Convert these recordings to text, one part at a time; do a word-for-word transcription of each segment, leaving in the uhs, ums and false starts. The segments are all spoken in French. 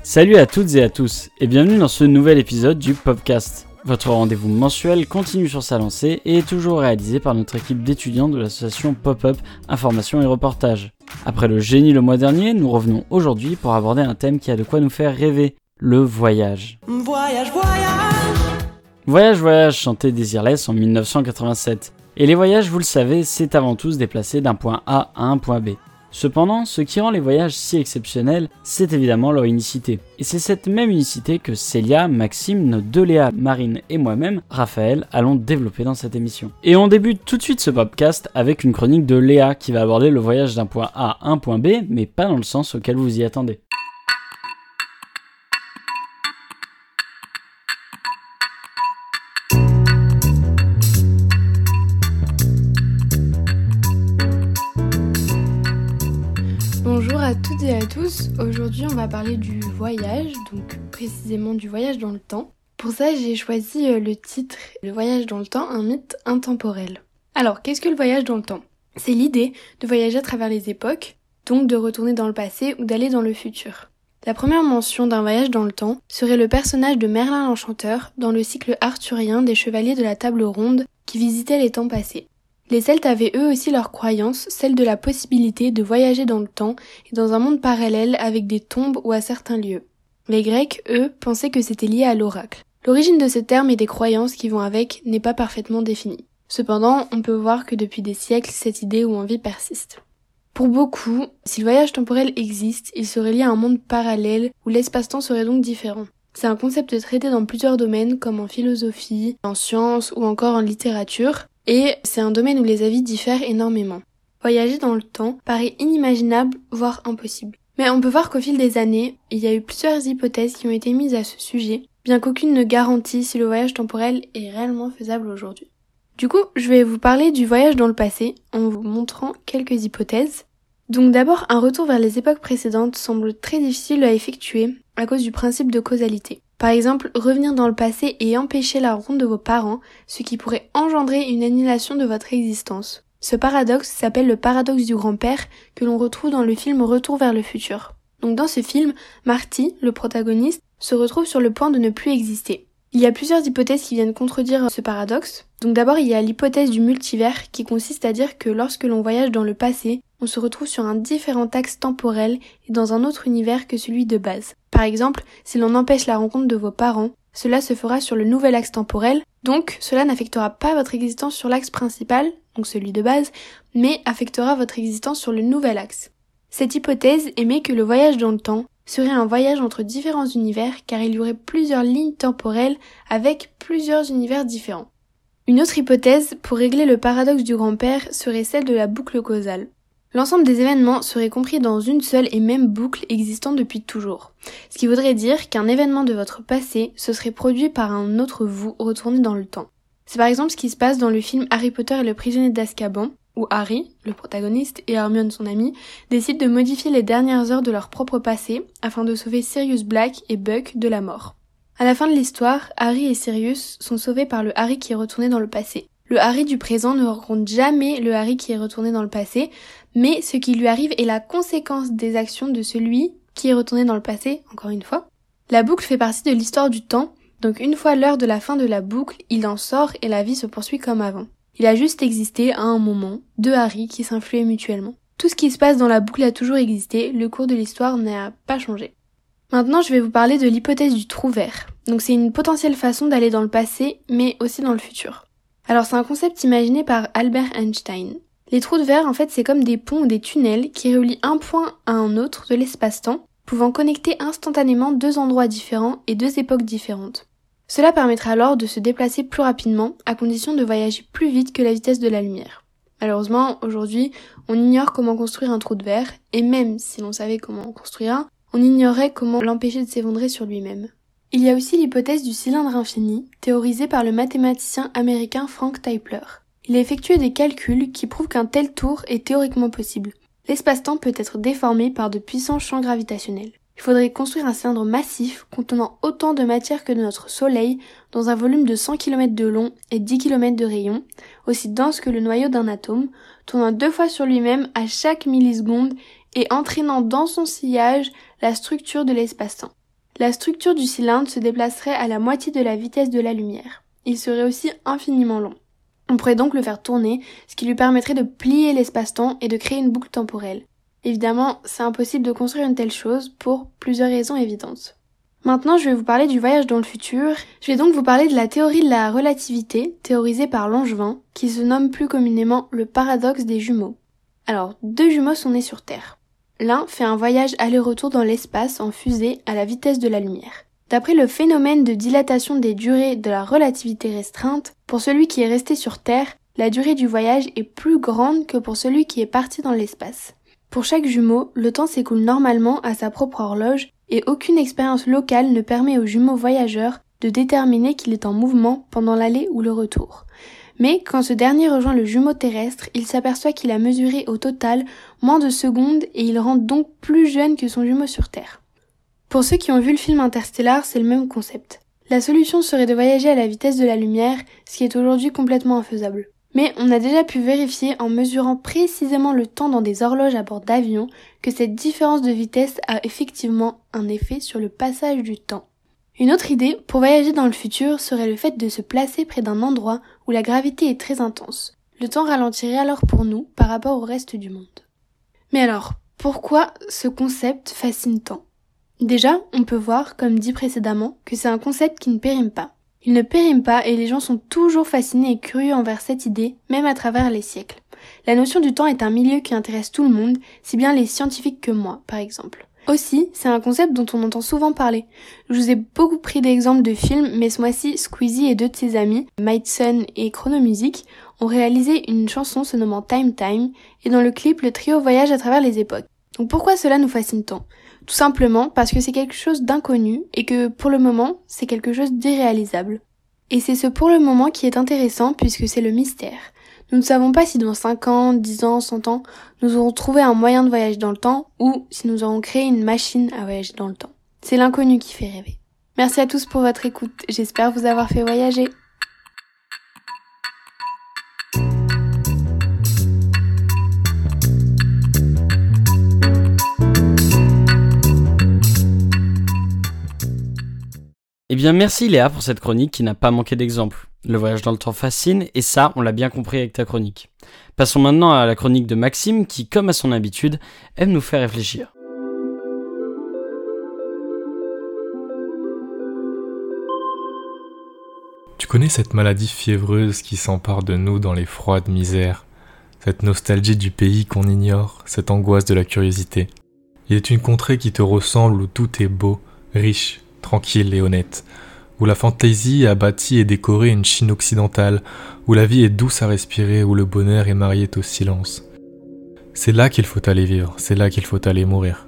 Salut à toutes et à tous, et bienvenue dans ce nouvel épisode du Popcast. Votre rendez-vous mensuel continue sur sa lancée et est toujours réalisé par notre équipe d'étudiants de l'association Pop-Up Information et Reportage. Après le génie le mois dernier, nous revenons aujourd'hui pour aborder un thème qui a de quoi nous faire rêver, le voyage. Voyage, voyage Voyage, voyage, chantait Desireless en dix-neuf cent quatre-vingt-sept. Et les voyages, vous le savez, c'est avant tout se déplacer d'un point A à un point B. Cependant, ce qui rend les voyages si exceptionnels, c'est évidemment leur unicité. Et c'est cette même unicité que Célia, Maxime, nos deux Léa, Marine et moi-même, Raphaël, allons développer dans cette émission. Et on débute tout de suite ce podcast avec une chronique de Léa qui va aborder le voyage d'un point A à un point B, mais pas dans le sens auquel vous y attendez. Bonjour à toutes et à tous, aujourd'hui on va parler du voyage, donc précisément du voyage dans le temps. Pour ça j'ai choisi le titre « Le voyage dans le temps, un mythe intemporel ». Alors qu'est-ce que le voyage dans le temps ? C'est l'idée de voyager à travers les époques, donc de retourner dans le passé ou d'aller dans le futur. La première mention d'un voyage dans le temps serait le personnage de Merlin l'Enchanteur dans le cycle arthurien des Chevaliers de la Table Ronde qui visitaient les temps passés. Les Celtes avaient eux aussi leur croyance, celle de la possibilité de voyager dans le temps et dans un monde parallèle avec des tombes ou à certains lieux. Les Grecs, eux, pensaient que c'était lié à l'oracle. L'origine de ce terme et des croyances qui vont avec n'est pas parfaitement définie. Cependant, on peut voir que depuis des siècles, cette idée ou envie persiste. Pour beaucoup, si le voyage temporel existe, il serait lié à un monde parallèle où l'espace-temps serait donc différent. C'est un concept traité dans plusieurs domaines comme en philosophie, en sciences ou encore en littérature. Et c'est un domaine où les avis diffèrent énormément. Voyager dans le temps paraît inimaginable, voire impossible. Mais on peut voir qu'au fil des années, il y a eu plusieurs hypothèses qui ont été mises à ce sujet, bien qu'aucune ne garantit si le voyage temporel est réellement faisable aujourd'hui. Du coup, je vais vous parler du voyage dans le passé, en vous montrant quelques hypothèses. Donc d'abord, un retour vers les époques précédentes semble très difficile à effectuer à cause du principe de causalité. Par exemple, revenir dans le passé et empêcher la rencontre de vos parents, ce qui pourrait engendrer une annulation de votre existence. Ce paradoxe s'appelle le paradoxe du grand-père que l'on retrouve dans le film Retour vers le futur. Donc dans ce film, Marty, le protagoniste, se retrouve sur le point de ne plus exister. Il y a plusieurs hypothèses qui viennent contredire ce paradoxe. Donc d'abord, il y a l'hypothèse du multivers qui consiste à dire que lorsque l'on voyage dans le passé, on se retrouve sur un différent axe temporel et dans un autre univers que celui de base. Par exemple, si l'on empêche la rencontre de vos parents, cela se fera sur le nouvel axe temporel, donc cela n'affectera pas votre existence sur l'axe principal, donc celui de base, mais affectera votre existence sur le nouvel axe. Cette hypothèse émet que le voyage dans le temps serait un voyage entre différents univers car il y aurait plusieurs lignes temporelles avec plusieurs univers différents. Une autre hypothèse pour régler le paradoxe du grand-père serait celle de la boucle causale. L'ensemble des événements serait compris dans une seule et même boucle existant depuis toujours. Ce qui voudrait dire qu'un événement de votre passé se serait produit par un autre vous retourné dans le temps. C'est par exemple ce qui se passe dans le film Harry Potter et le prisonnier d'Azkaban, où Harry, le protagoniste, et Hermione, son amie, décident de modifier les dernières heures de leur propre passé afin de sauver Sirius Black et Buck de la mort. À la fin de l'histoire, Harry et Sirius sont sauvés par le Harry qui est retourné dans le passé. Le Harry du présent ne rencontre jamais le Harry qui est retourné dans le passé, mais ce qui lui arrive est la conséquence des actions de celui qui est retourné dans le passé, encore une fois. La boucle fait partie de l'histoire du temps, donc une fois l'heure de la fin de la boucle, il en sort et la vie se poursuit comme avant. Il a juste existé à un moment, deux Harry qui s'influaient mutuellement. Tout ce qui se passe dans la boucle a toujours existé, le cours de l'histoire n'a pas changé. Maintenant, je vais vous parler de l'hypothèse du trou vert. Donc c'est une potentielle façon d'aller dans le passé, mais aussi dans le futur. Alors c'est un concept imaginé par Albert Einstein. Les trous de verre, en fait, c'est comme des ponts ou des tunnels qui relient un point à un autre de l'espace-temps, pouvant connecter instantanément deux endroits différents et deux époques différentes. Cela permettra alors de se déplacer plus rapidement, à condition de voyager plus vite que la vitesse de la lumière. Malheureusement, aujourd'hui, on ignore comment construire un trou de verre, et même si l'on savait comment en construire un, on ignorerait comment l'empêcher de s'effondrer sur lui-même. Il y a aussi l'hypothèse du cylindre infini, théorisée par le mathématicien américain Frank Tipler. Il a effectué des calculs qui prouvent qu'un tel tour est théoriquement possible. L'espace-temps peut être déformé par de puissants champs gravitationnels. Il faudrait construire un cylindre massif contenant autant de matière que de notre Soleil dans un volume de cent kilomètres de long et dix kilomètres de rayon, aussi dense que le noyau d'un atome, tournant deux fois sur lui-même à chaque milliseconde et entraînant dans son sillage la structure de l'espace-temps. la structure du cylindre se déplacerait à la moitié de la vitesse de la lumière. Il serait aussi infiniment long. On pourrait donc le faire tourner, ce qui lui permettrait de plier l'espace-temps et de créer une boucle temporelle. Évidemment, c'est impossible de construire une telle chose pour plusieurs raisons évidentes. Maintenant, je vais vous parler du voyage dans le futur. Je vais donc vous parler de la théorie de la relativité, théorisée par Langevin, qui se nomme plus communément le paradoxe des jumeaux. Alors, deux jumeaux sont nés sur Terre. L'un fait un voyage aller-retour dans l'espace en fusée à la vitesse de la lumière. D'après le phénomène de dilatation des durées de la relativité restreinte, pour celui qui est resté sur Terre, la durée du voyage est plus grande que pour celui qui est parti dans l'espace. Pour chaque jumeau, le temps s'écoule normalement à sa propre horloge et aucune expérience locale ne permet au jumeau voyageur de déterminer qu'il est en mouvement pendant l'aller ou le retour. Mais quand ce dernier rejoint le jumeau terrestre, il s'aperçoit qu'il a mesuré au total moins de secondes et il rentre donc plus jeune que son jumeau sur Terre. Pour ceux qui ont vu le film Interstellar, c'est le même concept. La solution serait de voyager à la vitesse de la lumière, ce qui est aujourd'hui complètement infaisable. Mais on a déjà pu vérifier en mesurant précisément le temps dans des horloges à bord d'avions que cette différence de vitesse a effectivement un effet sur le passage du temps. Une autre idée pour voyager dans le futur serait le fait de se placer près d'un endroit où la gravité est très intense. Le temps ralentirait alors pour nous par rapport au reste du monde. Mais alors, pourquoi ce concept fascine tant ? Déjà, on peut voir, comme dit précédemment, que c'est un concept qui ne périme pas. Il ne périme pas et les gens sont toujours fascinés et curieux envers cette idée, même à travers les siècles. La notion du temps est un milieu qui intéresse tout le monde, si bien les scientifiques que moi, par exemple. Aussi, c'est un concept dont on entend souvent parler. Je vous ai beaucoup pris d'exemples de films, mais ce mois-ci, Squeezie et deux de ses amis, Mythson et Chronomusic, ont réalisé une chanson se nommant Time Time, et dans le clip, le trio voyage à travers les époques. Donc pourquoi cela nous fascine tant ? Tout simplement parce que c'est quelque chose d'inconnu et que pour le moment, c'est quelque chose d'irréalisable. Et c'est ce pour le moment qui est intéressant puisque c'est le mystère. Nous ne savons pas si dans cinq ans, dix ans, cent ans, nous aurons trouvé un moyen de voyage dans le temps ou si nous aurons créé une machine à voyager dans le temps. C'est l'inconnu qui fait rêver. Merci à tous pour votre écoute, j'espère vous avoir fait voyager. Eh bien merci Léa pour cette chronique qui n'a pas manqué d'exemples. Le voyage dans le temps fascine et ça on l'a bien compris avec ta chronique. Passons maintenant à la chronique de Maxime qui, comme à son habitude, aime nous faire réfléchir. Tu connais cette maladie fiévreuse qui s'empare de nous dans les froides misères, cette nostalgie du pays qu'on ignore, cette angoisse de la curiosité. Il est une contrée qui te ressemble où tout est beau, riche, tranquille et honnête, où la fantaisie a bâti et décoré une Chine occidentale, où la vie est douce à respirer, où le bonheur est marié au silence. C'est là qu'il faut aller vivre, c'est là qu'il faut aller mourir.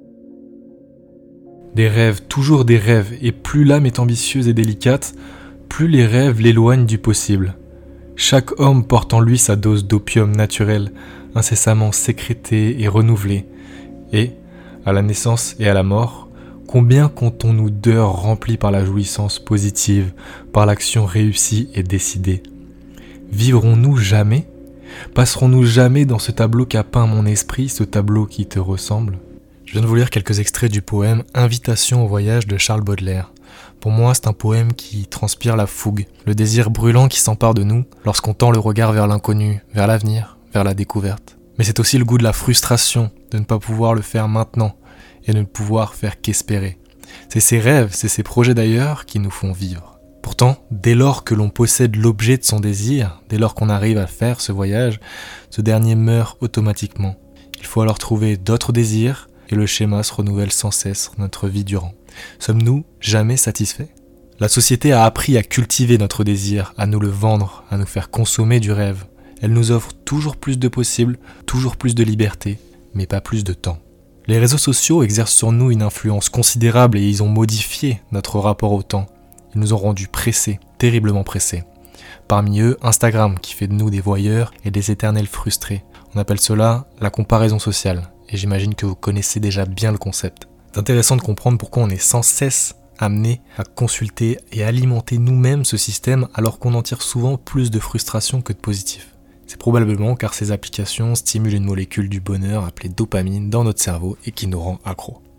Des rêves, toujours des rêves, et plus l'âme est ambitieuse et délicate, plus les rêves l'éloignent du possible. Chaque homme porte en lui sa dose d'opium naturel, incessamment sécrétée et renouvelée, et, à la naissance et à la mort, combien comptons-nous d'heures remplies par la jouissance positive, par l'action réussie et décidée ? Vivrons-nous jamais ? Passerons-nous jamais dans ce tableau qu'a peint mon esprit, ce tableau qui te ressemble ? Je viens de vous lire quelques extraits du poème « Invitation au voyage » de Charles Baudelaire. Pour moi, c'est un poème qui transpire la fougue, le désir brûlant qui s'empare de nous lorsqu'on tend le regard vers l'inconnu, vers l'avenir, vers la découverte. Mais c'est aussi le goût de la frustration de ne pas pouvoir le faire maintenant, et de ne pouvoir faire qu'espérer. C'est ces rêves, c'est ces projets d'ailleurs qui nous font vivre. Pourtant, dès lors que l'on possède l'objet de son désir, dès lors qu'on arrive à faire ce voyage, ce dernier meurt automatiquement. Il faut alors trouver d'autres désirs et le schéma se renouvelle sans cesse notre vie durant. Sommes-nous jamais satisfaits ? La société a appris à cultiver notre désir, à nous le vendre, à nous faire consommer du rêve. Elle nous offre toujours plus de possibles, toujours plus de liberté, mais pas plus de temps. Les réseaux sociaux exercent sur nous une influence considérable et ils ont modifié notre rapport au temps. Ils nous ont rendus pressés, terriblement pressés. Parmi eux, Instagram qui fait de nous des voyeurs et des éternels frustrés. On appelle cela la comparaison sociale et j'imagine que vous connaissez déjà bien le concept. C'est intéressant de comprendre pourquoi on est sans cesse amené à consulter et alimenter nous-mêmes ce système alors qu'on en tire souvent plus de frustration que de positif. C'est probablement car ces applications stimulent une molécule du bonheur appelée dopamine dans notre cerveau et qui nous rend accro.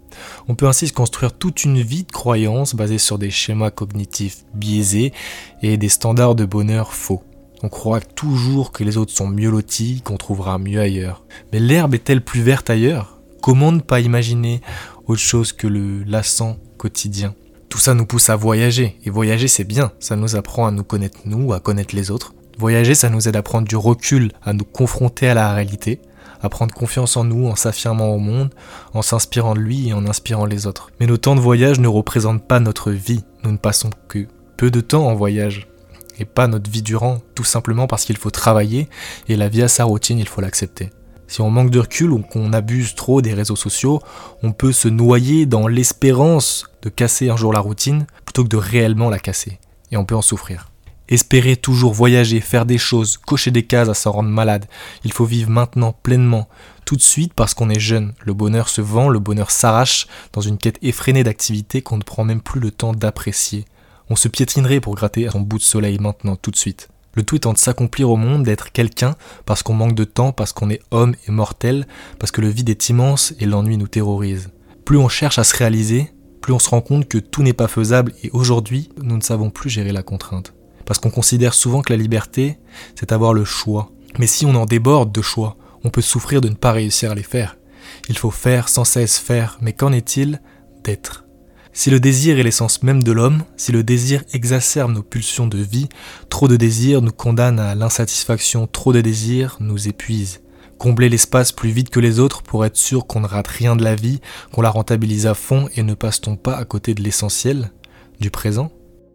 On peut ainsi se construire toute une vie de croyances basées sur des schémas cognitifs biaisés et des standards de bonheur faux. On croit toujours que les autres sont mieux lotis, qu'on trouvera mieux ailleurs. Mais l'herbe est-elle plus verte ailleurs ? Comment ne pas imaginer autre chose que le lassant quotidien ? Tout ça nous pousse à voyager, et voyager c'est bien, ça nous apprend à nous connaître nous, à connaître les autres. Voyager ça nous aide à prendre du recul, à nous confronter à la réalité, à prendre confiance en nous, en s'affirmant au monde, en s'inspirant de lui et en inspirant les autres. Mais nos temps de voyage ne représentent pas notre vie, nous ne passons que peu de temps en voyage, et pas notre vie durant, tout simplement parce qu'il faut travailler, et la vie a sa routine, il faut l'accepter. Si on manque de recul ou qu'on abuse trop des réseaux sociaux, on peut se noyer dans l'espérance de casser un jour la routine, plutôt que de réellement la casser, et on peut en souffrir. Espérer toujours voyager, faire des choses, cocher des cases à s'en rendre malade. Il faut vivre maintenant, pleinement, tout de suite parce qu'on est jeune. Le bonheur se vend, le bonheur s'arrache dans une quête effrénée d'activités qu'on ne prend même plus le temps d'apprécier. On se piétinerait pour gratter son bout de soleil maintenant, tout de suite. Le tout étant de s'accomplir au monde, d'être quelqu'un, parce qu'on manque de temps, parce qu'on est homme et mortel, parce que le vide est immense et l'ennui nous terrorise. Plus on cherche à se réaliser, plus on se rend compte que tout n'est pas faisable et aujourd'hui, nous ne savons plus gérer la contrainte. Parce qu'on considère souvent que la liberté, c'est avoir le choix. Mais si on en déborde de choix, on peut souffrir de ne pas réussir à les faire. Il faut faire, sans cesse faire, mais qu'en est-il d'être ? Si le désir est l'essence même de l'homme, si le désir exacerbe nos pulsions de vie, trop de désir nous condamne à l'insatisfaction, trop de désir nous épuise. Combler l'espace plus vite que les autres pour être sûr qu'on ne rate rien de la vie, qu'on la rentabilise à fond et ne passe-t-on pas à côté de l'essentiel, du présent ?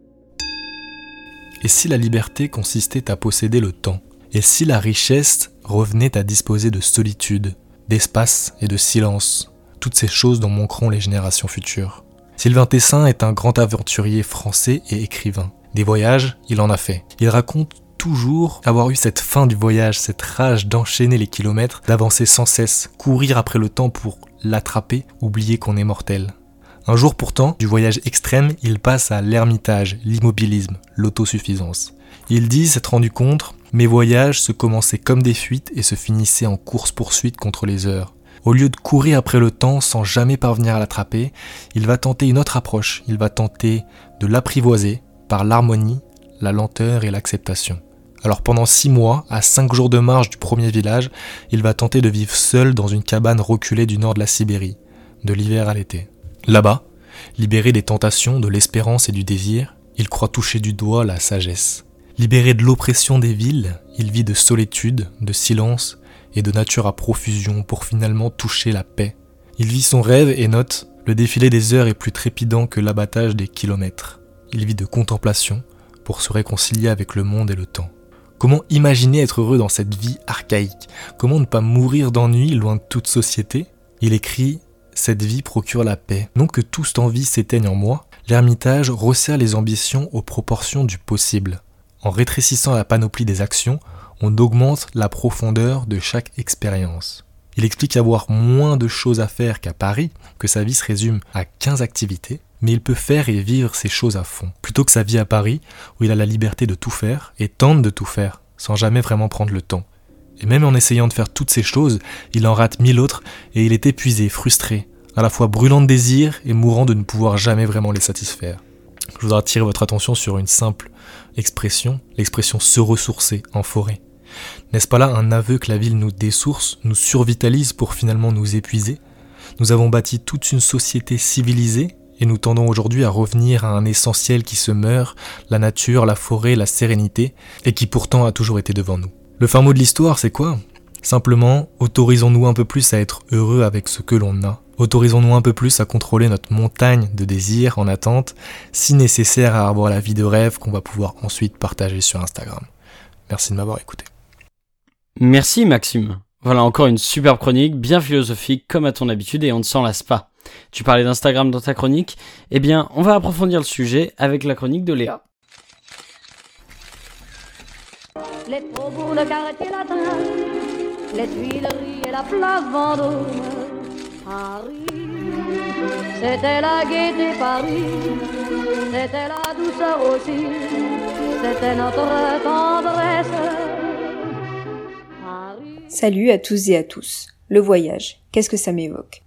Et si la liberté consistait à posséder le temps ? Et si la richesse revenait à disposer de solitude, d'espace et de silence ? Toutes ces choses dont manqueront les générations futures. Sylvain Tessin est un grand aventurier français et écrivain. Des voyages, il en a fait. Il raconte toujours avoir eu cette faim du voyage, cette rage d'enchaîner les kilomètres, d'avancer sans cesse, courir après le temps pour l'attraper, oublier qu'on est mortel. Un jour pourtant, du voyage extrême, il passe à l'ermitage, l'immobilisme, l'autosuffisance. Il dit s'être rendu compte, mes voyages se commençaient comme des fuites et se finissaient en course-poursuite contre les heures. Au lieu de courir après le temps sans jamais parvenir à l'attraper, il va tenter une autre approche, il va tenter de l'apprivoiser par l'harmonie, la lenteur et l'acceptation. Alors pendant six mois, à cinq jours de marche du premier village, il va tenter de vivre seul dans une cabane reculée du nord de la Sibérie, de l'hiver à l'été. Là-bas, libéré des tentations, de l'espérance et du désir, il croit toucher du doigt la sagesse. Libéré de l'oppression des villes, il vit de solitude, de silence et de nature à profusion pour finalement toucher la paix. Il vit son rêve et note « Le défilé des heures est plus trépidant que l'abattage des kilomètres ». Il vit de contemplation pour se réconcilier avec le monde et le temps. Comment imaginer être heureux dans cette vie archaïque ? Comment ne pas mourir d'ennui loin de toute société ? Il écrit « Cette vie procure la paix. Non que toute envie s'éteigne en moi, l'ermitage resserre les ambitions aux proportions du possible. En rétrécissant la panoplie des actions, on augmente la profondeur de chaque expérience. » Il explique avoir moins de choses à faire qu'à Paris, que sa vie se résume à quinze activités, mais il peut faire et vivre ces choses à fond, plutôt que sa vie à Paris, où il a la liberté de tout faire et tente de tout faire, sans jamais vraiment prendre le temps. Et même en essayant de faire toutes ces choses, il en rate mille autres et il est épuisé, frustré, à la fois brûlant de désir et mourant de ne pouvoir jamais vraiment les satisfaire. Je voudrais attirer votre attention sur une simple expression, l'expression « se ressourcer en forêt ». N'est-ce pas là un aveu que la ville nous dessource, nous survitalise pour finalement nous épuiser ? Nous avons bâti toute une société civilisée et nous tendons aujourd'hui à revenir à un essentiel qui se meurt, la nature, la forêt, la sérénité, et qui pourtant a toujours été devant nous. Le fin mot de l'histoire, c'est quoi ? Simplement, autorisons-nous un peu plus à être heureux avec ce que l'on a. Autorisons-nous un peu plus à contrôler notre montagne de désirs en attente, si nécessaire à avoir la vie de rêve qu'on va pouvoir ensuite partager sur Instagram. Merci de m'avoir écouté. Merci Maxime. Voilà encore une superbe chronique, bien philosophique comme à ton habitude et on ne s'en lasse pas. Tu parlais d'Instagram dans ta chronique ? Eh bien, on va approfondir le sujet avec la chronique de Léa. Les faubourgs, le quartier latin, les Tuileries et la place Vendôme. Paris, c'était la gaieté Paris, c'était la douceur aussi, c'était notre tendresse. Salut à tous et à tous. Le voyage, qu'est-ce que ça m'évoque ?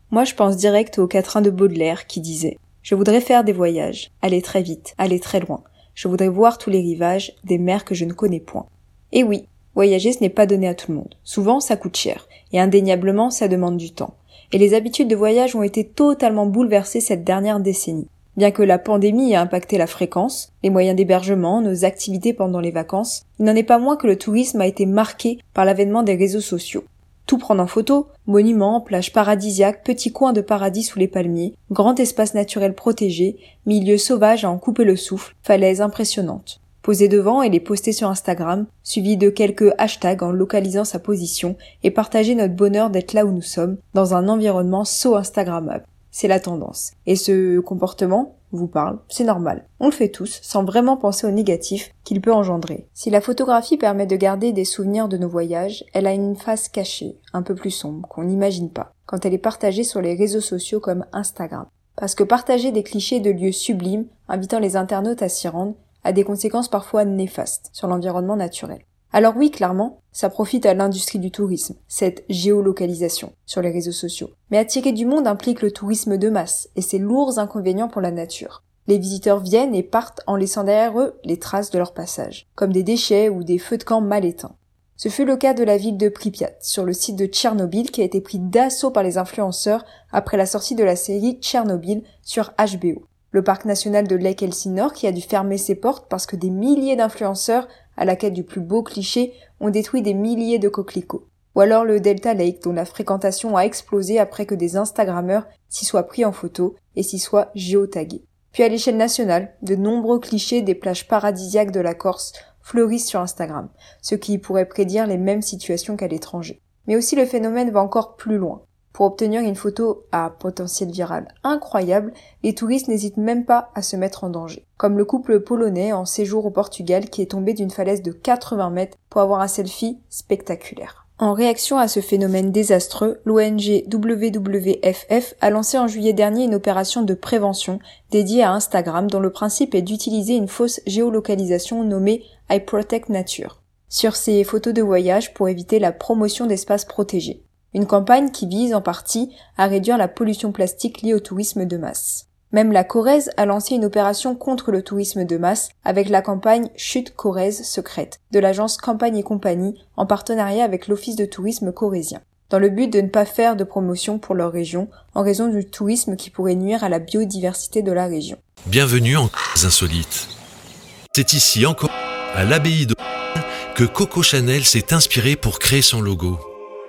Moi je pense direct au quatrain de Baudelaire qui disait « Je voudrais faire des voyages, aller très vite, aller très loin. Je voudrais voir tous les rivages, des mers que je ne connais point. » Et oui, voyager ce n'est pas donné à tout le monde. Souvent ça coûte cher, et indéniablement ça demande du temps. Et les habitudes de voyage ont été totalement bouleversées cette dernière décennie. Bien que la pandémie ait impacté la fréquence, les moyens d'hébergement, nos activités pendant les vacances, il n'en est pas moins que le tourisme a été marqué par l'avènement des réseaux sociaux. Tout prendre en photo, monuments, plages paradisiaques, petits coins de paradis sous les palmiers, grand espace naturel protégé, milieux sauvages à en couper le souffle, falaises impressionnantes. Poser devant et les poster sur Instagram, suivi de quelques hashtags en localisant sa position et partager notre bonheur d'être là où nous sommes, dans un environnement so instagrammable. C'est la tendance. Et ce comportement vous parle, c'est normal. On le fait tous, sans vraiment penser au négatif qu'il peut engendrer. Si la photographie permet de garder des souvenirs de nos voyages, elle a une face cachée, un peu plus sombre, qu'on n'imagine pas, quand elle est partagée sur les réseaux sociaux comme Instagram. Parce que partager des clichés de lieux sublimes, invitant les internautes à s'y rendre, a des conséquences parfois néfastes sur l'environnement naturel. Alors oui, clairement, ça profite à l'industrie du tourisme, cette géolocalisation sur les réseaux sociaux. Mais attirer du monde implique le tourisme de masse et ses lourds inconvénients pour la nature. Les visiteurs viennent et partent en laissant derrière eux les traces de leur passage, comme des déchets ou des feux de camp mal éteints. Ce fut le cas de la ville de Pripyat, sur le site de Tchernobyl qui a été pris d'assaut par les influenceurs après la sortie de la série Tchernobyl sur H B O. Le parc national de Lake Elsinore qui a dû fermer ses portes parce que des milliers d'influenceurs à la quête du plus beau cliché, ont détruit des milliers de coquelicots. Ou alors le Delta Lake, dont la fréquentation a explosé après que des Instagrammeurs s'y soient pris en photo et s'y soient géotagués. Puis à l'échelle nationale, de nombreux clichés des plages paradisiaques de la Corse fleurissent sur Instagram, ce qui pourrait prédire les mêmes situations qu'à l'étranger. Mais aussi le phénomène va encore plus loin. Pour obtenir une photo à potentiel viral incroyable, les touristes n'hésitent même pas à se mettre en danger. Comme le couple polonais en séjour au Portugal qui est tombé d'une falaise de quatre-vingts mètres pour avoir un selfie spectaculaire. En réaction à ce phénomène désastreux, l'O N G W W F F a lancé en juillet dernier une opération de prévention dédiée à Instagram dont le principe est d'utiliser une fausse géolocalisation nommée I Protect Nature sur ces photos de voyage pour éviter la promotion d'espaces protégés. Une campagne qui vise en partie à réduire la pollution plastique liée au tourisme de masse. Même la Corrèze a lancé une opération contre le tourisme de masse avec la campagne Chute Corrèze secrète de l'agence Campagne et Compagnie en partenariat avec l'Office de tourisme corrézien, dans le but de ne pas faire de promotion pour leur région en raison du tourisme qui pourrait nuire à la biodiversité de la région. Bienvenue en Insolite. C'est ici encore à l'abbaye de que Coco Chanel s'est inspiré pour créer son logo.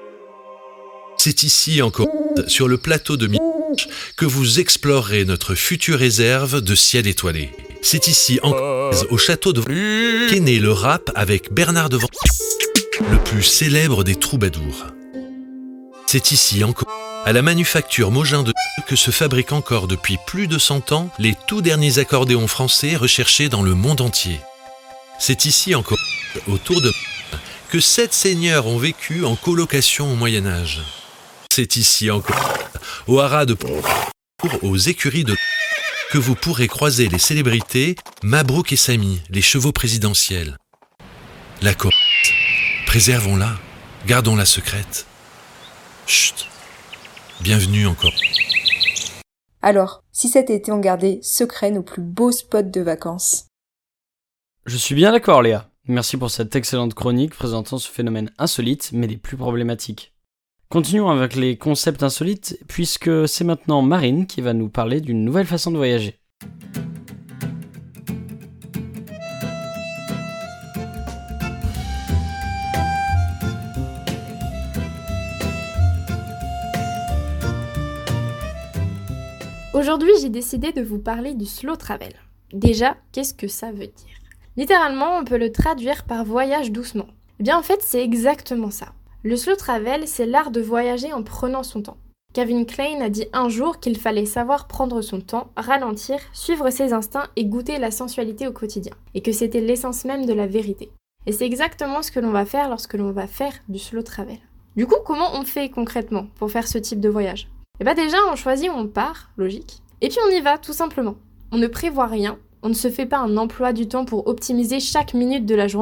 C'est ici encore, sur le plateau de Miche, que vous explorerez notre future réserve de ciel étoilé. C'est ici encore, au château de qu'est né le rap avec Bernard Devant, le plus célèbre des troubadours. C'est ici encore, à la manufacture Mogin de que se fabriquent encore depuis plus de cent ans les tout derniers accordéons français recherchés dans le monde entier. C'est ici encore, autour de que sept seigneurs ont vécu en colocation au Moyen-Âge. C'est ici encore, au haras de aux écuries de que vous pourrez croiser les célébrités Mabrouk et Samy, les chevaux présidentiels. La Corrèze, préservons-la, gardons-la secrète. Chut, bienvenue encore. Alors, si cet été on gardait secret nos plus beaux spots de vacances. Je suis bien d'accord Léa, merci pour cette excellente chronique présentant ce phénomène insolite mais des plus problématiques. Continuons avec les concepts insolites, puisque c'est maintenant Marine qui va nous parler d'une nouvelle façon de voyager. Aujourd'hui, j'ai décidé de vous parler du slow travel. Déjà, qu'est-ce que ça veut dire ? Littéralement, on peut le traduire par voyage doucement. Eh bien, en fait, c'est exactement ça. Le slow travel, c'est l'art de voyager en prenant son temps. Calvin Klein a dit un jour qu'il fallait savoir prendre son temps, ralentir, suivre ses instincts et goûter la sensualité au quotidien. Et que c'était l'essence même de la vérité. Et c'est exactement ce que l'on va faire lorsque l'on va faire du slow travel. Du coup, comment on fait concrètement pour faire ce type de voyage ? Eh bien déjà, on choisit où on part, logique. Et puis on y va, tout simplement. On ne prévoit rien, on ne se fait pas un emploi du temps pour optimiser chaque minute de la journée.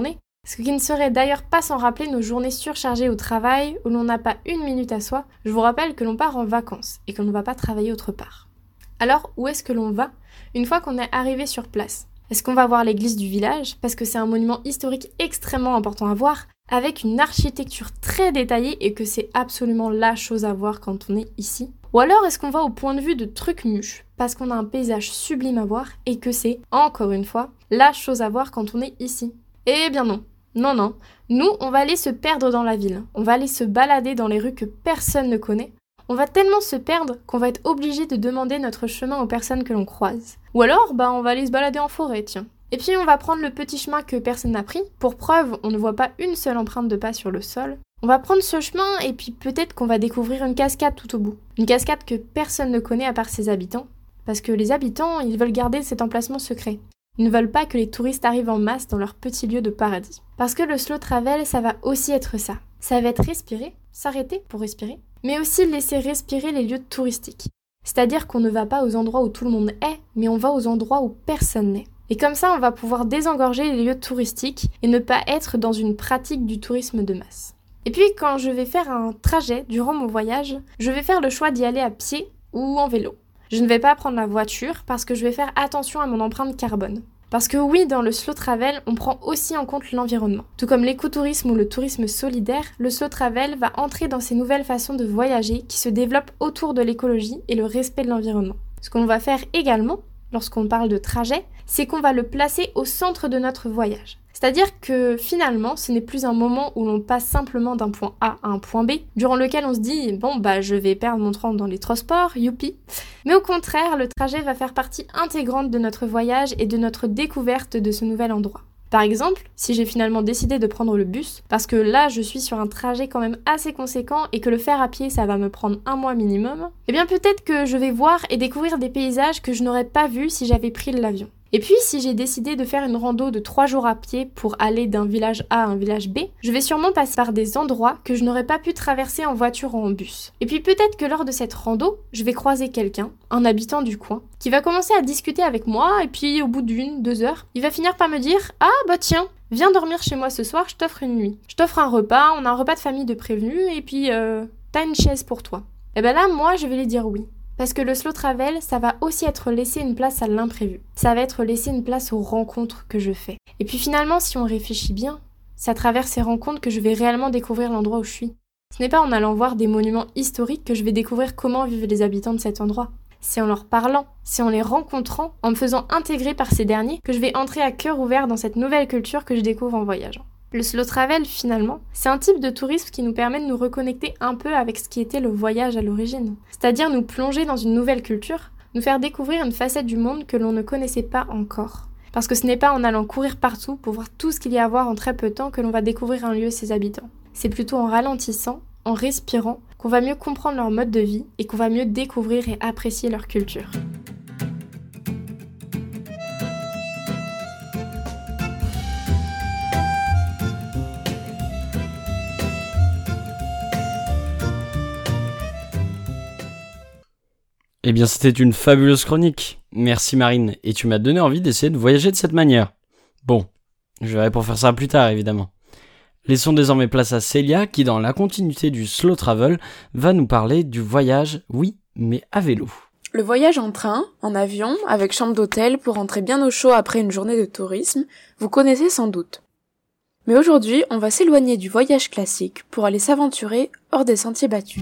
Ce qui ne serait d'ailleurs pas sans rappeler nos journées surchargées au travail où l'on n'a pas une minute à soi. Je vous rappelle que l'on part en vacances et que l'on ne va pas travailler autre part. Alors, où est-ce que l'on va une fois qu'on est arrivé sur place? Est-ce qu'on va voir l'église du village parce que c'est un monument historique extrêmement important à voir avec une architecture très détaillée et que c'est absolument la chose à voir quand on est ici? Ou alors est-ce qu'on va au point de vue de Trucmuche parce qu'on a un paysage sublime à voir et que c'est, encore une fois, la chose à voir quand on est ici? Eh bien non. Non, non. Nous, on va aller se perdre dans la ville. On va aller se balader dans les rues que personne ne connaît. On va tellement se perdre qu'on va être obligé de demander notre chemin aux personnes que l'on croise. Ou alors, bah, on va aller se balader en forêt, tiens. Et puis, on va prendre le petit chemin que personne n'a pris. Pour preuve, on ne voit pas une seule empreinte de pas sur le sol. On va prendre ce chemin et puis peut-être qu'on va découvrir une cascade tout au bout. Une cascade que personne ne connaît à part ses habitants. Parce que les habitants, ils veulent garder cet emplacement secret. Ils ne veulent pas que les touristes arrivent en masse dans leur petit lieu de paradis. Parce que le slow travel, ça va aussi être ça. Ça va être respirer, s'arrêter pour respirer, mais aussi laisser respirer les lieux touristiques. C'est-à-dire qu'on ne va pas aux endroits où tout le monde est, mais on va aux endroits où personne n'est. Et comme ça, on va pouvoir désengorger les lieux touristiques et ne pas être dans une pratique du tourisme de masse. Et puis, quand je vais faire un trajet durant mon voyage, je vais faire le choix d'y aller à pied ou en vélo. Je ne vais pas prendre la voiture parce que je vais faire attention à mon empreinte carbone. Parce que oui, dans le slow travel, on prend aussi en compte l'environnement. Tout comme l'écotourisme ou le tourisme solidaire, le slow travel va entrer dans ces nouvelles façons de voyager qui se développent autour de l'écologie et le respect de l'environnement. Ce qu'on va faire également, lorsqu'on parle de trajet, c'est qu'on va le placer au centre de notre voyage. C'est-à-dire que finalement, ce n'est plus un moment où l'on passe simplement d'un point A à un point B, durant lequel on se dit « bon bah je vais perdre mon temps dans les transports, youpi !» Mais au contraire, le trajet va faire partie intégrante de notre voyage et de notre découverte de ce nouvel endroit. Par exemple, si j'ai finalement décidé de prendre le bus, parce que là je suis sur un trajet quand même assez conséquent et que le faire à pied ça va me prendre un mois minimum, eh bien peut-être que je vais voir et découvrir des paysages que je n'aurais pas vus si j'avais pris l'avion. Et puis, si j'ai décidé de faire une rando de trois jours à pied pour aller d'un village A à un village B, je vais sûrement passer par des endroits que je n'aurais pas pu traverser en voiture ou en bus. Et puis peut-être que lors de cette rando, je vais croiser quelqu'un, un habitant du coin, qui va commencer à discuter avec moi et puis au bout d'une, deux heures, il va finir par me dire « Ah bah tiens, viens dormir chez moi ce soir, je t'offre une nuit. Je t'offre un repas, on a un repas de famille de prévenus et puis euh, t'as une chaise pour toi. » Et ben là, moi, je vais lui dire oui. Parce que le slow travel, ça va aussi être laisser une place à l'imprévu. Ça va être laisser une place aux rencontres que je fais. Et puis finalement, si on réfléchit bien, c'est à travers ces rencontres que je vais réellement découvrir l'endroit où je suis. Ce n'est pas en allant voir des monuments historiques que je vais découvrir comment vivent les habitants de cet endroit. C'est en leur parlant, c'est en les rencontrant, en me faisant intégrer par ces derniers, que je vais entrer à cœur ouvert dans cette nouvelle culture que je découvre en voyageant. Le slow travel, finalement, c'est un type de tourisme qui nous permet de nous reconnecter un peu avec ce qui était le voyage à l'origine. C'est-à-dire nous plonger dans une nouvelle culture, nous faire découvrir une facette du monde que l'on ne connaissait pas encore. Parce que ce n'est pas en allant courir partout pour voir tout ce qu'il y a à voir en très peu de temps que l'on va découvrir un lieu et ses habitants. C'est plutôt en ralentissant, en respirant, qu'on va mieux comprendre leur mode de vie et qu'on va mieux découvrir et apprécier leur culture. Eh bien, c'était une fabuleuse chronique. Merci Marine, et tu m'as donné envie d'essayer de voyager de cette manière. Bon, je verrai pour faire ça plus tard, évidemment. Laissons désormais place à Célia, qui dans la continuité du slow travel, va nous parler du voyage, oui, mais à vélo. Le voyage en train, en avion, avec chambre d'hôtel pour rentrer bien au chaud après une journée de tourisme, vous connaissez sans doute. Mais aujourd'hui, on va s'éloigner du voyage classique pour aller s'aventurer hors des sentiers battus.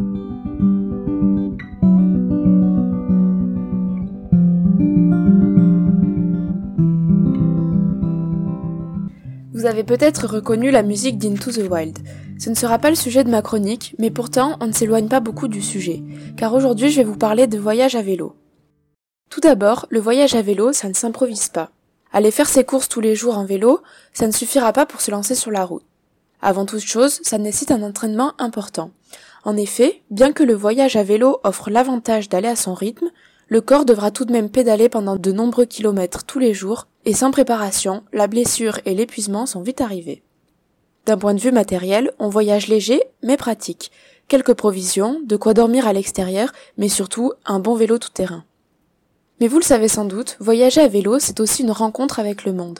Vous avez peut-être reconnu la musique d'Into the Wild. Ce ne sera pas le sujet de ma chronique, mais pourtant on ne s'éloigne pas beaucoup du sujet, car aujourd'hui je vais vous parler de voyage à vélo. Tout d'abord, le voyage à vélo, ça ne s'improvise pas. Aller faire ses courses tous les jours en vélo, ça ne suffira pas pour se lancer sur la route. Avant toute chose, ça nécessite un entraînement important. En effet, bien que le voyage à vélo offre l'avantage d'aller à son rythme, le corps devra tout de même pédaler pendant de nombreux kilomètres tous les jours, et sans préparation, la blessure et l'épuisement sont vite arrivés. D'un point de vue matériel, on voyage léger mais pratique. Quelques provisions, de quoi dormir à l'extérieur, mais surtout un bon vélo tout-terrain. Mais vous le savez sans doute, voyager à vélo, c'est aussi une rencontre avec le monde.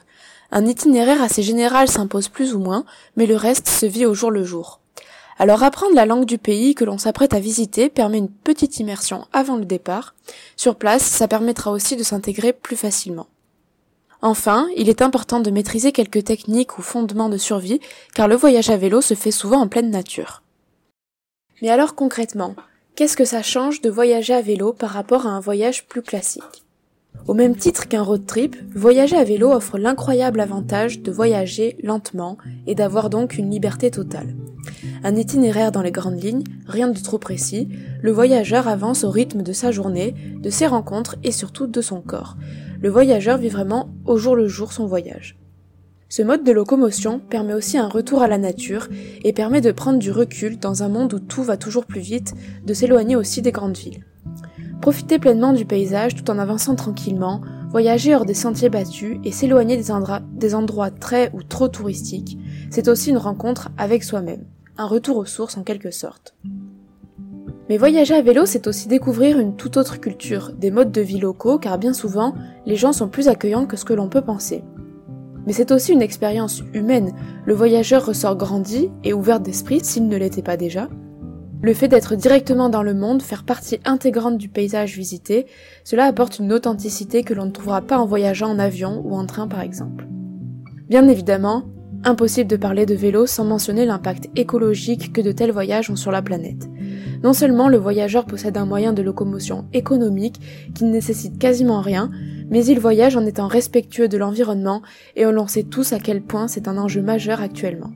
Un itinéraire assez général s'impose plus ou moins, mais le reste se vit au jour le jour. Alors apprendre la langue du pays que l'on s'apprête à visiter permet une petite immersion avant le départ. Sur place, ça permettra aussi de s'intégrer plus facilement. Enfin, il est important de maîtriser quelques techniques ou fondements de survie, car le voyage à vélo se fait souvent en pleine nature. Mais alors concrètement, qu'est-ce que ça change de voyager à vélo par rapport à un voyage plus classique ? Au même titre qu'un road trip, voyager à vélo offre l'incroyable avantage de voyager lentement et d'avoir donc une liberté totale. Un itinéraire dans les grandes lignes, rien de trop précis, le voyageur avance au rythme de sa journée, de ses rencontres et surtout de son corps. Le voyageur vit vraiment au jour le jour son voyage. Ce mode de locomotion permet aussi un retour à la nature et permet de prendre du recul dans un monde où tout va toujours plus vite, de s'éloigner aussi des grandes villes. Profiter pleinement du paysage tout en avançant tranquillement, voyager hors des sentiers battus et s'éloigner des, endra- des endroits très ou trop touristiques, c'est aussi une rencontre avec soi-même, un retour aux sources en quelque sorte. Mais voyager à vélo, c'est aussi découvrir une toute autre culture, des modes de vie locaux, car bien souvent, les gens sont plus accueillants que ce que l'on peut penser. Mais c'est aussi une expérience humaine, le voyageur ressort grandi et ouvert d'esprit s'il ne l'était pas déjà. Le fait d'être directement dans le monde, faire partie intégrante du paysage visité, cela apporte une authenticité que l'on ne trouvera pas en voyageant en avion ou en train par exemple. Bien évidemment, impossible de parler de vélo sans mentionner l'impact écologique que de tels voyages ont sur la planète. Non seulement le voyageur possède un moyen de locomotion économique qui ne nécessite quasiment rien, mais il voyage en étant respectueux de l'environnement et on sait tous à quel point c'est un enjeu majeur actuellement.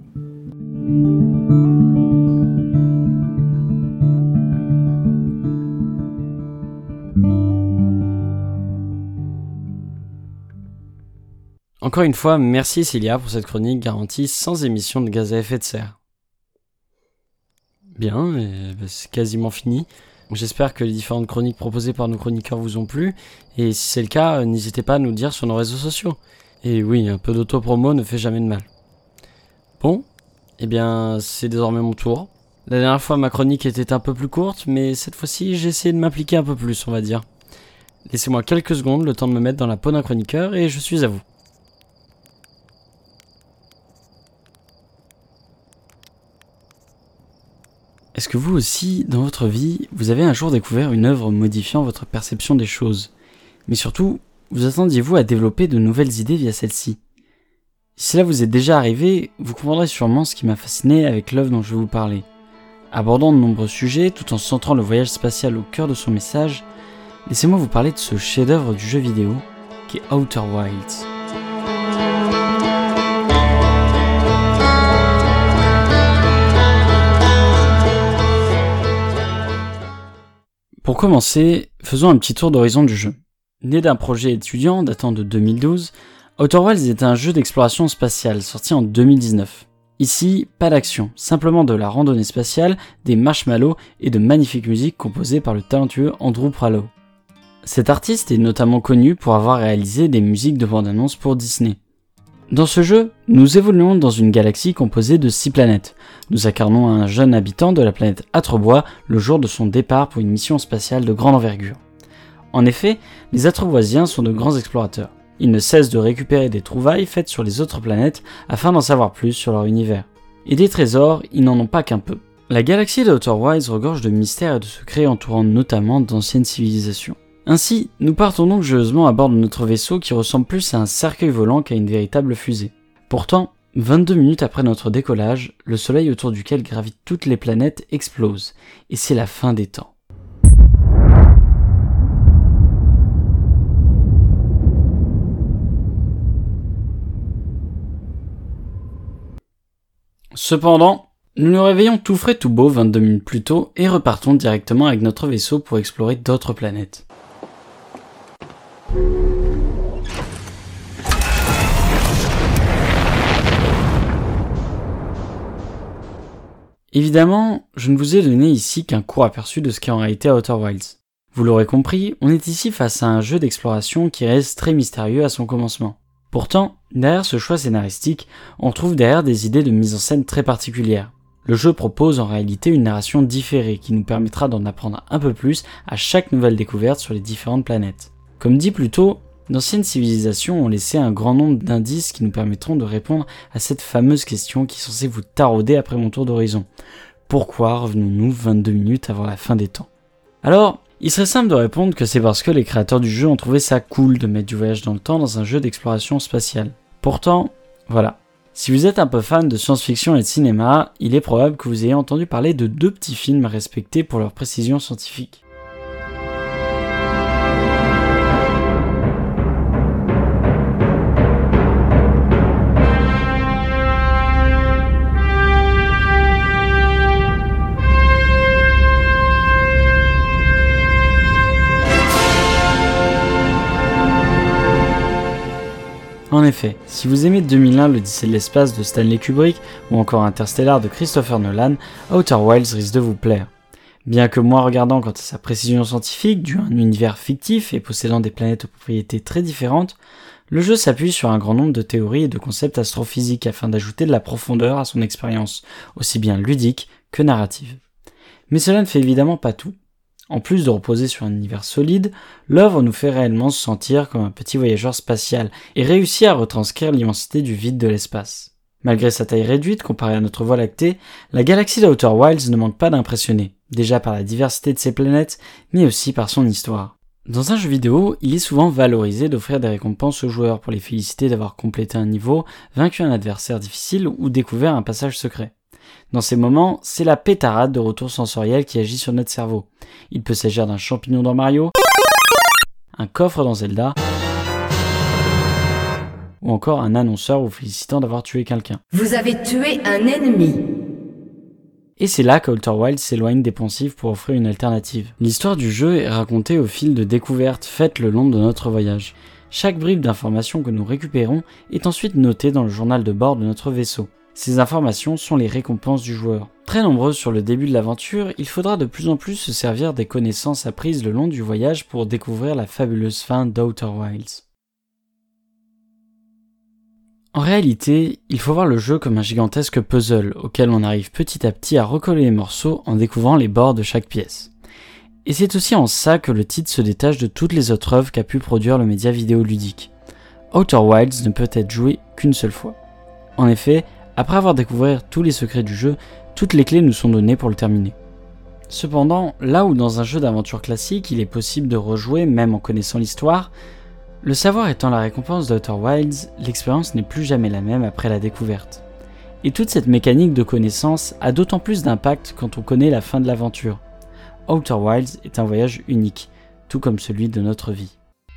Encore une fois, merci Célia pour cette chronique garantie sans émission de gaz à effet de serre. Bien, et ben c'est quasiment fini. J'espère que les différentes chroniques proposées par nos chroniqueurs vous ont plu, et si c'est le cas, n'hésitez pas à nous le dire sur nos réseaux sociaux. Et oui, un peu d'autopromo ne fait jamais de mal. Bon, eh bien, c'est désormais mon tour. La dernière fois, ma chronique était un peu plus courte, mais cette fois-ci, j'ai essayé de m'impliquer un peu plus, on va dire. Laissez-moi quelques secondes, le temps de me mettre dans la peau d'un chroniqueur, et je suis à vous. Est-ce que vous aussi, dans votre vie, vous avez un jour découvert une œuvre modifiant votre perception des choses ? Mais surtout, vous attendiez-vous à développer de nouvelles idées via celle-ci ? Si cela vous est déjà arrivé, vous comprendrez sûrement ce qui m'a fasciné avec l'œuvre dont je vais vous parler. Abordant de nombreux sujets, tout en centrant le voyage spatial au cœur de son message, laissez-moi vous parler de ce chef-d'œuvre du jeu vidéo, qui est Outer Wilds. Pour commencer, faisons un petit tour d'horizon du jeu. Né d'un projet étudiant datant de deux mille douze, Outer Wilds est un jeu d'exploration spatiale sorti en deux mille dix-neuf. Ici, pas d'action, simplement de la randonnée spatiale, des marshmallows et de magnifiques musiques composées par le talentueux Andrew Prallo. Cet artiste est notamment connu pour avoir réalisé des musiques de bande-annonce pour Disney. Dans ce jeu, nous évoluons dans une galaxie composée de six planètes. Nous incarnons un jeune habitant de la planète Atrebois le jour de son départ pour une mission spatiale de grande envergure. En effet, les Atreboisiens sont de grands explorateurs. Ils ne cessent de récupérer des trouvailles faites sur les autres planètes afin d'en savoir plus sur leur univers. Et des trésors, ils n'en ont pas qu'un peu. La galaxie de Outer Wilds regorge de mystères et de secrets entourant notamment d'anciennes civilisations. Ainsi, nous partons donc joyeusement à bord de notre vaisseau qui ressemble plus à un cercueil volant qu'à une véritable fusée. Pourtant, vingt-deux minutes après notre décollage, le soleil autour duquel gravitent toutes les planètes explose, et c'est la fin des temps. Cependant, nous nous réveillons tout frais tout beau vingt-deux minutes plus tôt et repartons directement avec notre vaisseau pour explorer d'autres planètes. Évidemment, je ne vous ai donné ici qu'un court aperçu de ce qu'est en réalité Outer Wilds. Vous l'aurez compris, on est ici face à un jeu d'exploration qui reste très mystérieux à son commencement. Pourtant, derrière ce choix scénaristique, on trouve derrière des idées de mise en scène très particulières. Le jeu propose en réalité une narration différée qui nous permettra d'en apprendre un peu plus à chaque nouvelle découverte sur les différentes planètes. Comme dit plus tôt, D'anciennes civilisations ont laissé un grand nombre d'indices qui nous permettront de répondre à cette fameuse question qui est censée vous tarauder après mon tour d'horizon. Pourquoi revenons-nous vingt-deux minutes avant la fin des temps ? Alors, il serait simple de répondre que c'est parce que les créateurs du jeu ont trouvé ça cool de mettre du voyage dans le temps dans un jeu d'exploration spatiale. Pourtant, voilà. Si vous êtes un peu fan de science-fiction et de cinéma, il est probable que vous ayez entendu parler de deux petits films respectés pour leur précision scientifique. En effet, si vous aimez deux mille un, l'Odyssée de l'espace de Stanley Kubrick ou encore Interstellar de Christopher Nolan, Outer Wilds risque de vous plaire. Bien que moins regardant quant à sa précision scientifique, dû à un univers fictif et possédant des planètes aux propriétés très différentes, le jeu s'appuie sur un grand nombre de théories et de concepts astrophysiques afin d'ajouter de la profondeur à son expérience, aussi bien ludique que narrative. Mais cela ne fait évidemment pas tout. En plus de reposer sur un univers solide, l'œuvre nous fait réellement se sentir comme un petit voyageur spatial et réussit à retranscrire l'immensité du vide de l'espace. Malgré sa taille réduite comparée à notre Voie lactée, la galaxie d'Outer Wilds ne manque pas d'impressionner, déjà par la diversité de ses planètes, mais aussi par son histoire. Dans un jeu vidéo, il est souvent valorisé d'offrir des récompenses aux joueurs pour les féliciter d'avoir complété un niveau, vaincu un adversaire difficile ou découvert un passage secret. Dans ces moments, c'est la pétarade de retour sensoriel qui agit sur notre cerveau. Il peut s'agir d'un champignon dans Mario, un coffre dans Zelda, ou encore un annonceur vous félicitant d'avoir tué quelqu'un. Vous avez tué un ennemi. Et c'est là qu'Outer Wilds s'éloigne des poncifs pour offrir une alternative. L'histoire du jeu est racontée au fil de découvertes faites le long de notre voyage. Chaque bribe d'informations que nous récupérons est ensuite notée dans le journal de bord de notre vaisseau. Ces informations sont les récompenses du joueur. Très nombreuses sur le début de l'aventure, il faudra de plus en plus se servir des connaissances apprises le long du voyage pour découvrir la fabuleuse fin d'Outer Wilds. En réalité, il faut voir le jeu comme un gigantesque puzzle auquel on arrive petit à petit à recoller les morceaux en découvrant les bords de chaque pièce. Et c'est aussi en ça que le titre se détache de toutes les autres œuvres qu'a pu produire le média vidéoludique. Outer Wilds ne peut être joué qu'une seule fois. En effet, après avoir découvert tous les secrets du jeu, toutes les clés nous sont données pour le terminer. Cependant, là où dans un jeu d'aventure classique, il est possible de rejouer même en connaissant l'histoire, le savoir étant la récompense d'Outer Wilds, l'expérience n'est plus jamais la même après la découverte. Et toute cette mécanique de connaissance a d'autant plus d'impact quand on connaît la fin de l'aventure. Outer Wilds est un voyage unique, tout comme celui de notre vie.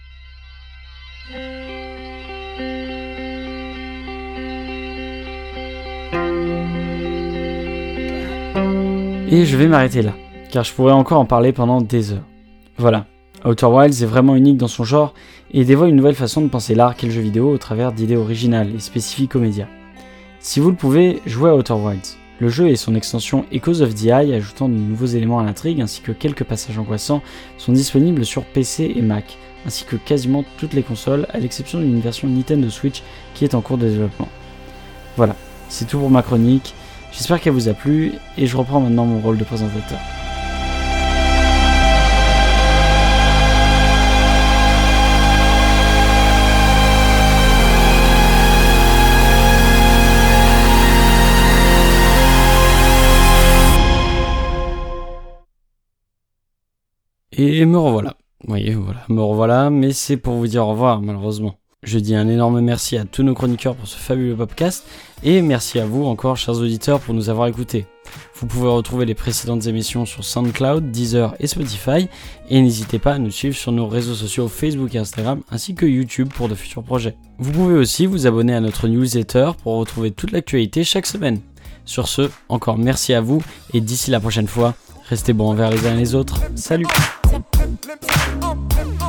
Et je vais m'arrêter là, car je pourrais encore en parler pendant des heures. Voilà, Outer Wilds est vraiment unique dans son genre et dévoile une nouvelle façon de penser l'art qu'est le jeu vidéo au travers d'idées originales et spécifiques aux médias. Si vous le pouvez, jouez à Outer Wilds. Le jeu et son extension Echoes of the Eye, ajoutant de nouveaux éléments à l'intrigue ainsi que quelques passages angoissants, sont disponibles sur P C et Mac, ainsi que quasiment toutes les consoles, à l'exception d'une version Nintendo Switch qui est en cours de développement. Voilà, c'est tout pour ma chronique. J'espère qu'elle vous a plu et je reprends maintenant mon rôle de présentateur. Et me revoilà. Oui, voilà, me revoilà, mais c'est pour vous dire au revoir, malheureusement. Je dis un énorme merci à tous nos chroniqueurs pour ce fabuleux podcast, et merci à vous encore, chers auditeurs, pour nous avoir écoutés. Vous pouvez retrouver les précédentes émissions sur SoundCloud, Deezer et Spotify, et n'hésitez pas à nous suivre sur nos réseaux sociaux Facebook et Instagram, ainsi que YouTube pour de futurs projets. Vous pouvez aussi vous abonner à notre newsletter pour retrouver toute l'actualité chaque semaine. Sur ce, encore merci à vous, et d'ici la prochaine fois, restez bons envers les uns et les autres. Salut!